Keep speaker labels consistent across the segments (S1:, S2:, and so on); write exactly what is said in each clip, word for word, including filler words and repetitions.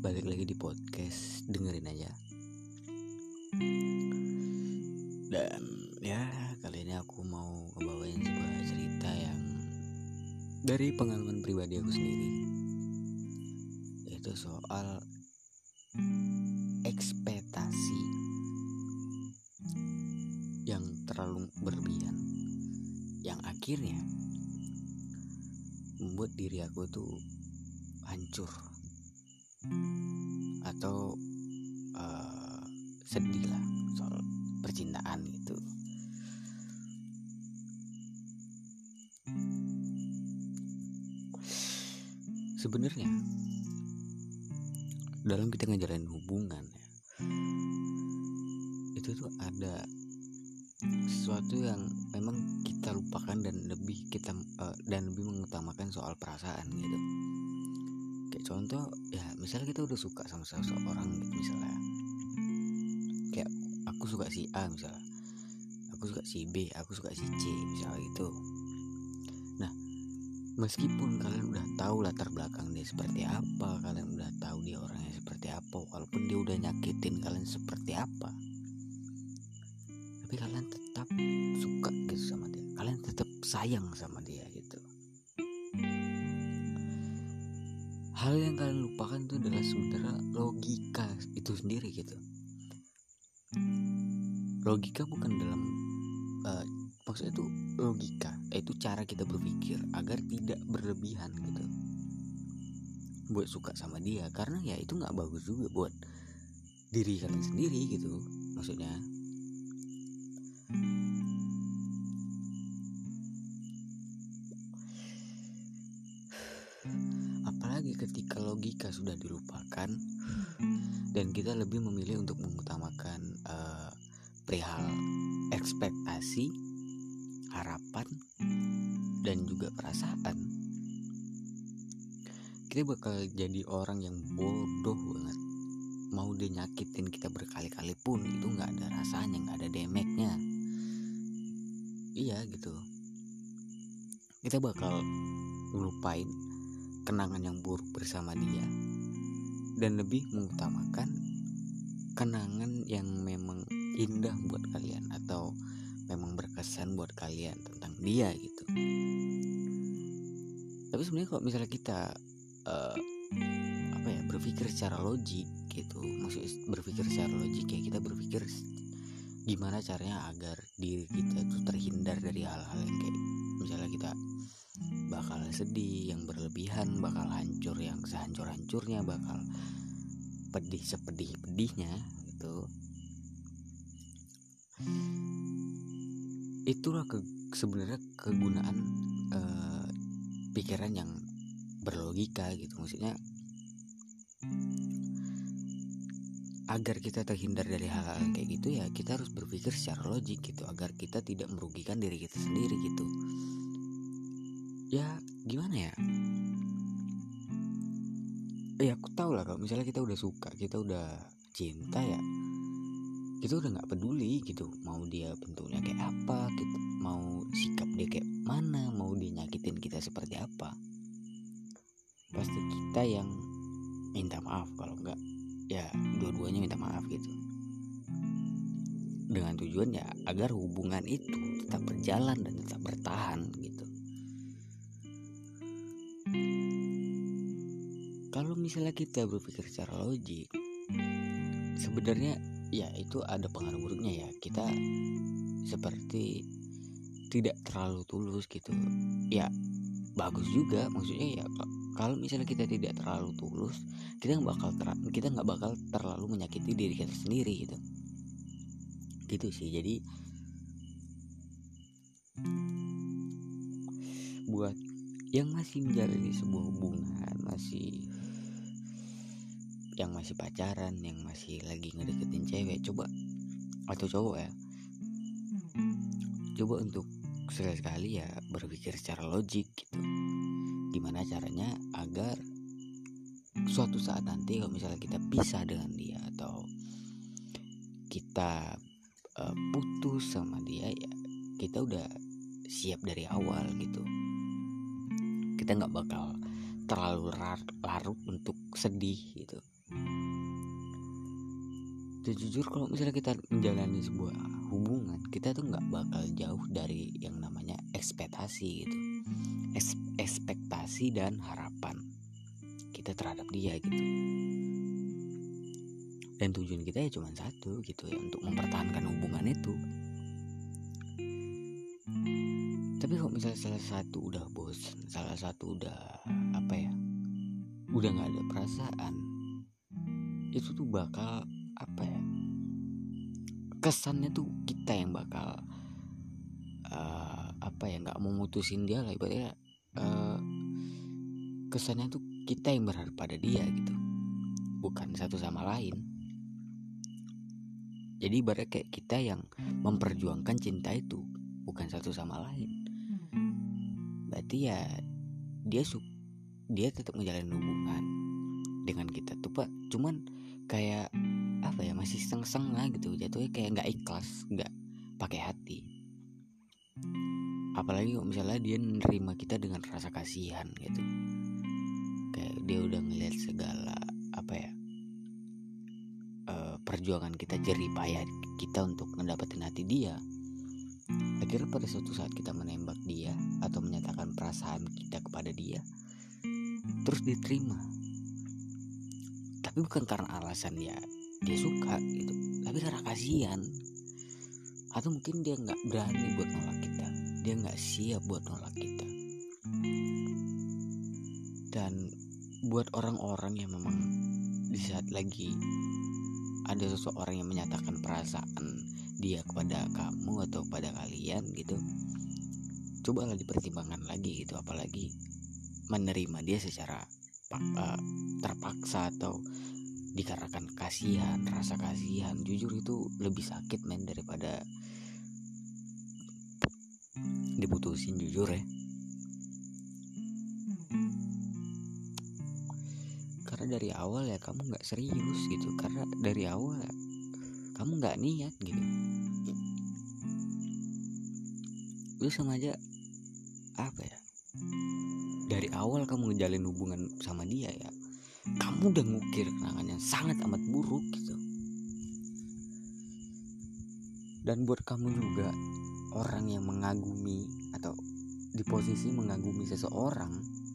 S1: balik lagi di podcast, dengerin aja. Dan ya, kali ini aku mau ngebawain sebuah cerita yang dari pengalaman pribadi aku sendiri, yaitu soal ekspektasi yang terlalu berlebihan, yang akhirnya membuat diri aku tuh hancur atau uh, sedih lah soal percintaan gitu. Sebenarnya dalam kita ngejalanin hubungan ya, itu tuh ada sesuatu yang memang kita lupakan dan lebih kita uh, dan lebih mengutamakan soal perasaan gitu. Kayak contoh ya, misalnya kita udah suka sama seseorang gitu, misalnya kayak aku suka si A, misalnya aku suka si B, aku suka si C, misalnya gitu. Nah, meskipun kalian udah tahu latar belakang dia seperti apa, kalian udah tahu dia orangnya seperti apa, walaupun dia udah nyakitin kalian seperti apa, tapi kalian tetap suka gitu sama dia, kalian tetap sayang sama dia gitu. Hal yang kalian lupakan itu adalah sebenarnya logika itu sendiri gitu. Logika bukan dalam uh, maksudnya itu logika, itu cara kita berpikir agar tidak berlebihan gitu buat suka sama dia, karena ya itu nggak bagus juga buat diri kalian sendiri gitu. Maksudnya apalagi ketika logika sudah dilupakan dan kita lebih memilih untuk mengutamakan uh, perihal ekspektasi, harapan, dan juga perasaan, kita bakal jadi orang yang bodoh banget. Mau dia nyakitin kita berkali-kali pun itu gak ada rasanya, gak ada damage-nya. Iya gitu. Kita bakal ngelupain kenangan yang buruk bersama dia dan lebih mengutamakan kenangan yang memang indah buat kalian atau memang berkesan buat kalian tentang dia gitu. Tapi sebenarnya kalau misalnya kita uh, apa ya berpikir secara logik gitu, maksudnya berpikir secara logik ya, kita berpikir gimana caranya agar diri kita tuh terhindar dari hal-hal yang kayak misalnya kita bakal sedih yang berlebihan, bakal hancur yang sehancur-hancurnya, bakal pedih sepedih-pedihnya gitu. Itulah ke, sebenarnya kegunaan uh, pikiran yang berlogika gitu. Maksudnya agar kita terhindar dari hal-hal kayak gitu ya, kita harus berpikir secara logik gitu, agar kita tidak merugikan diri kita sendiri gitu. Ya gimana ya, ya aku tahu lah kalau misalnya kita udah suka, kita udah cinta ya, kita udah nggak peduli gitu mau dia bentuknya kayak apa, kita mau sikap dia kayak mana, mau dia nyakitin kita seperti apa, pasti kita yang minta maaf. Kalau enggak ya dua-duanya minta maaf gitu, dengan tujuan ya agar hubungan itu tetap berjalan dan tetap bertahan gitu. Kalau misalnya kita berpikir secara logik, sebenarnya ya itu ada pengaruh buruknya ya, kita seperti tidak terlalu tulus gitu. Ya bagus juga, maksudnya ya kalau misalnya kita tidak terlalu tulus, kita nggak bakal ter- kita nggak bakal terlalu menyakiti diri kita sendiri gitu. Gitu sih. Jadi buat yang masih menjalani sebuah hubungan, masih yang masih pacaran, yang masih lagi ngedeketin cewek, coba atau cowok ya, coba untuk sekali-sekali ya berpikir secara logik gitu. Gimana caranya agar suatu saat nanti kalau misalnya kita pisah dengan dia atau kita uh, putus sama dia ya, kita udah siap dari awal gitu. Kita nggak bakal terlalu larut untuk sedih gitu. Dan jujur kalau misalnya kita menjalani sebuah hubungan, kita tuh nggak bakal jauh dari yang namanya ekspektasi gitu. Es- ekspektasi dan harapan kita terhadap dia gitu. Dan tujuan kita ya cuma satu gitu ya, untuk mempertahankan hubungan itu. Tapi kalau misalnya salah satu udah bosan, salah satu udah apa ya, udah nggak ada perasaan, itu tuh bakal apa ya, kesannya tuh kita yang bakal uh, apa ya, nggak mau mutusin dia lah ibaratnya. Uh, kesannya tuh kita yang berharap pada dia gitu, bukan satu sama lain. Jadi ibaratnya kayak kita yang memperjuangkan cinta itu, bukan satu sama lain. Berarti ya dia su dia tetap menjalin hubungan dengan kita tuh pak, cuman kayak apa ya, masih seng-seng lah gitu, jatuhnya kayak nggak ikhlas, nggak pakai hati. Apalagi kalau misalnya dia menerima kita dengan rasa kasihan gitu, kayak dia udah ngeliat segala apa ya, uh, perjuangan kita, jerih payah kita untuk mendapatkan hati dia. Akhirnya pada suatu saat kita menembak dia atau menyatakan perasaan kita kepada dia, terus diterima, tapi bukan karena alasan dia dia suka gitu, tapi karena kasihan. Atau mungkin dia nggak berani buat nolak kita, dia nggak siap buat nolak kita. Dan buat orang-orang yang memang di saat lagi ada seseorang yang menyatakan perasaan dia kepada kamu atau pada kalian gitu, cobalah dipertimbangkan lagi gitu. Apalagi menerima dia secara uh, terpaksa atau dikarenakan kasihan, rasa kasihan. Jujur itu lebih sakit men daripada diputusin, jujur ya. Karena dari awal ya kamu gak serius gitu, karena dari awal ya, kamu gak niat gitu. Itu sama aja apa ya, dari awal kamu ngejalin hubungan sama dia ya, kamu udah ngukir kenangan yang sangat amat buruk gitu. Dan buat kamu juga, orang yang mengagumi atau di posisi mengagumi seseorang,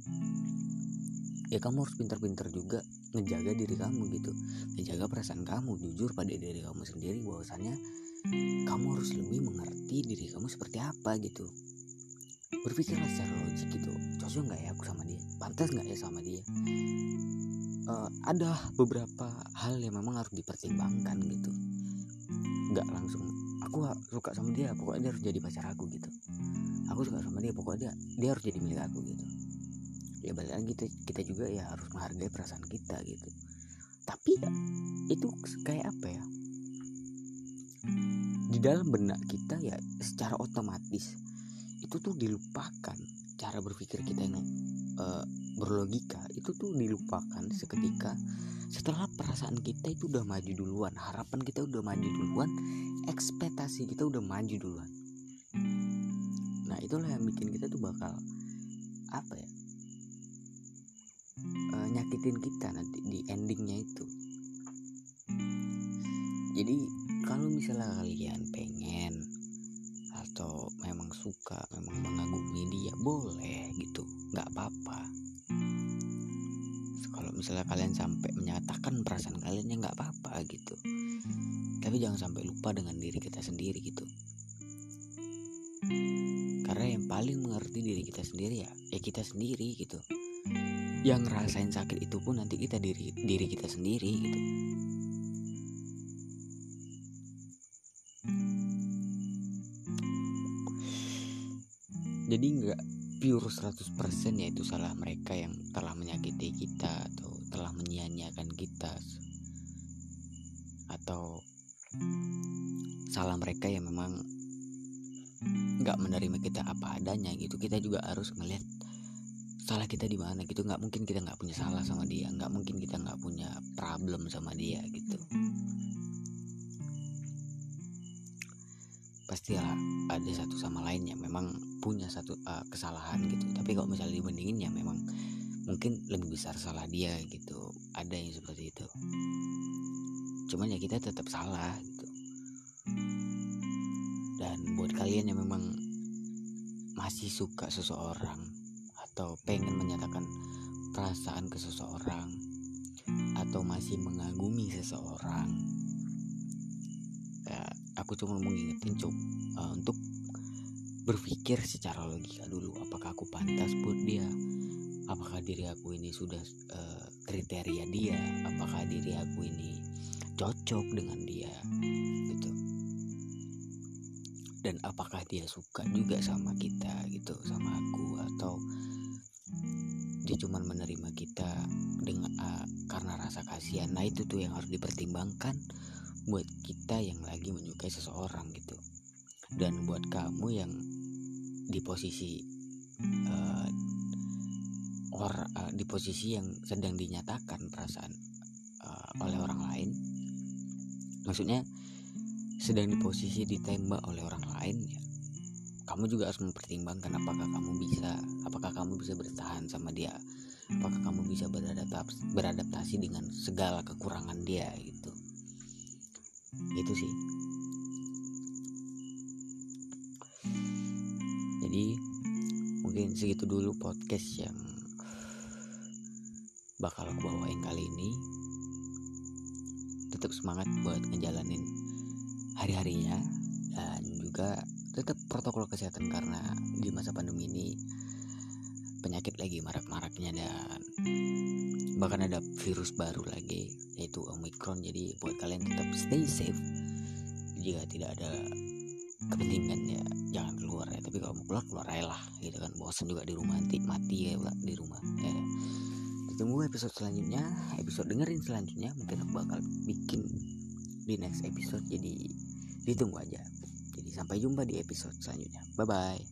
S1: ya kamu harus pintar-pintar juga ngejaga diri kamu gitu, ngejaga perasaan kamu. Jujur pada diri kamu sendiri bahwasannya kamu harus lebih mengerti diri kamu seperti apa gitu. Berpikirlah secara logik gitu, cocok nggak ya aku sama dia, pantas nggak ya sama dia. Uh, ada beberapa hal yang memang harus dipertimbangkan gitu. Nggak langsung aku suka sama dia, pokoknya dia harus jadi pacar aku gitu. Aku suka sama dia, pokoknya dia, dia harus jadi milik aku gitu. Ya balik lagi gitu, kita juga ya harus menghargai perasaan kita gitu. Tapi ya itu kayak apa ya, di dalam benak kita ya secara otomatis itu tuh dilupakan. Cara berpikir kita yang uh, berlogika itu tuh dilupakan seketika setelah perasaan kita itu udah maju duluan, harapan kita udah maju duluan, ekspektasi kita udah maju duluan. Nah itulah yang bikin kita tuh bakal apa ya, uh, nyakitin kita nanti di endingnya itu. Jadi kalau misalnya kalian pengen atau memang suka, memang mengagumi dia, boleh gitu, nggak apa-apa. Kalau misalnya kalian sampai menyatakan perasaan kalian, ya nggak apa-apa gitu. Tapi jangan sampai lupa dengan diri kita sendiri gitu. Karena yang paling mengerti diri kita sendiri ya, ya kita sendiri gitu. Yang ngerasain sakit itu pun nanti kita diri diri kita sendiri gitu. Jadi gak pure seratus persen ya itu salah mereka yang telah menyakiti kita atau telah menyia-nyiakan kita, atau salah mereka yang memang gak menerima kita apa adanya gitu. Kita juga harus ngelihat salah kita di mana gitu. Gak mungkin kita gak punya salah sama dia, gak mungkin kita gak punya problem sama dia gitu. Pastilah ada satu sama lain yang memang punya satu uh, kesalahan gitu. Tapi kalau misalnya dibandingin ya memang mungkin lebih besar salah dia gitu. Ada yang seperti itu. cuman ya kita tetap salah gitu. Dan buat kalian yang memang masih suka seseorang atau pengen menyatakan perasaan ke seseorang atau masih mengagumi seseorang, ya, aku cuma mau ngingetin coba uh, untuk berpikir secara logika dulu, apakah aku pantas buat dia, apakah diri aku ini sudah uh, kriteria dia, apakah diri aku ini cocok dengan dia gitu, dan apakah dia suka juga sama kita gitu, sama aku, atau dia cuma menerima kita dengan uh, karena rasa kasihan. Nah itu tuh yang harus dipertimbangkan buat kita yang lagi menyukai seseorang gitu. Dan buat kamu yang di posisi uh, or uh, di posisi yang sedang dinyatakan perasaan uh, oleh orang lain, maksudnya sedang di posisi ditembak oleh orang lain, ya, kamu juga harus mempertimbangkan apakah kamu bisa, apakah kamu bisa bertahan sama dia, apakah kamu bisa beradaptasi, beradaptasi dengan segala kekurangan dia gitu. Itu sih. Jadi mungkin segitu dulu podcast yang bakal aku bawain kali ini. Tetap semangat buat ngejalanin hari-harinya, dan juga tetap protokol kesehatan karena di masa pandemi ini penyakit lagi marak-maraknya, dan bahkan ada virus baru lagi yaitu Omicron. Jadi buat kalian tetap stay safe. Jika tidak ada kepentingan ya jangan keluar ya, tapi kalau mau keluar keluar aja lah gitu kan, bosan juga di rumah, nanti mati ya di rumah ya. Tunggu episode selanjutnya, episode dengerin selanjutnya, mungkin aku bakal bikin di next episode, jadi ditunggu aja. Jadi sampai jumpa di episode selanjutnya, bye bye.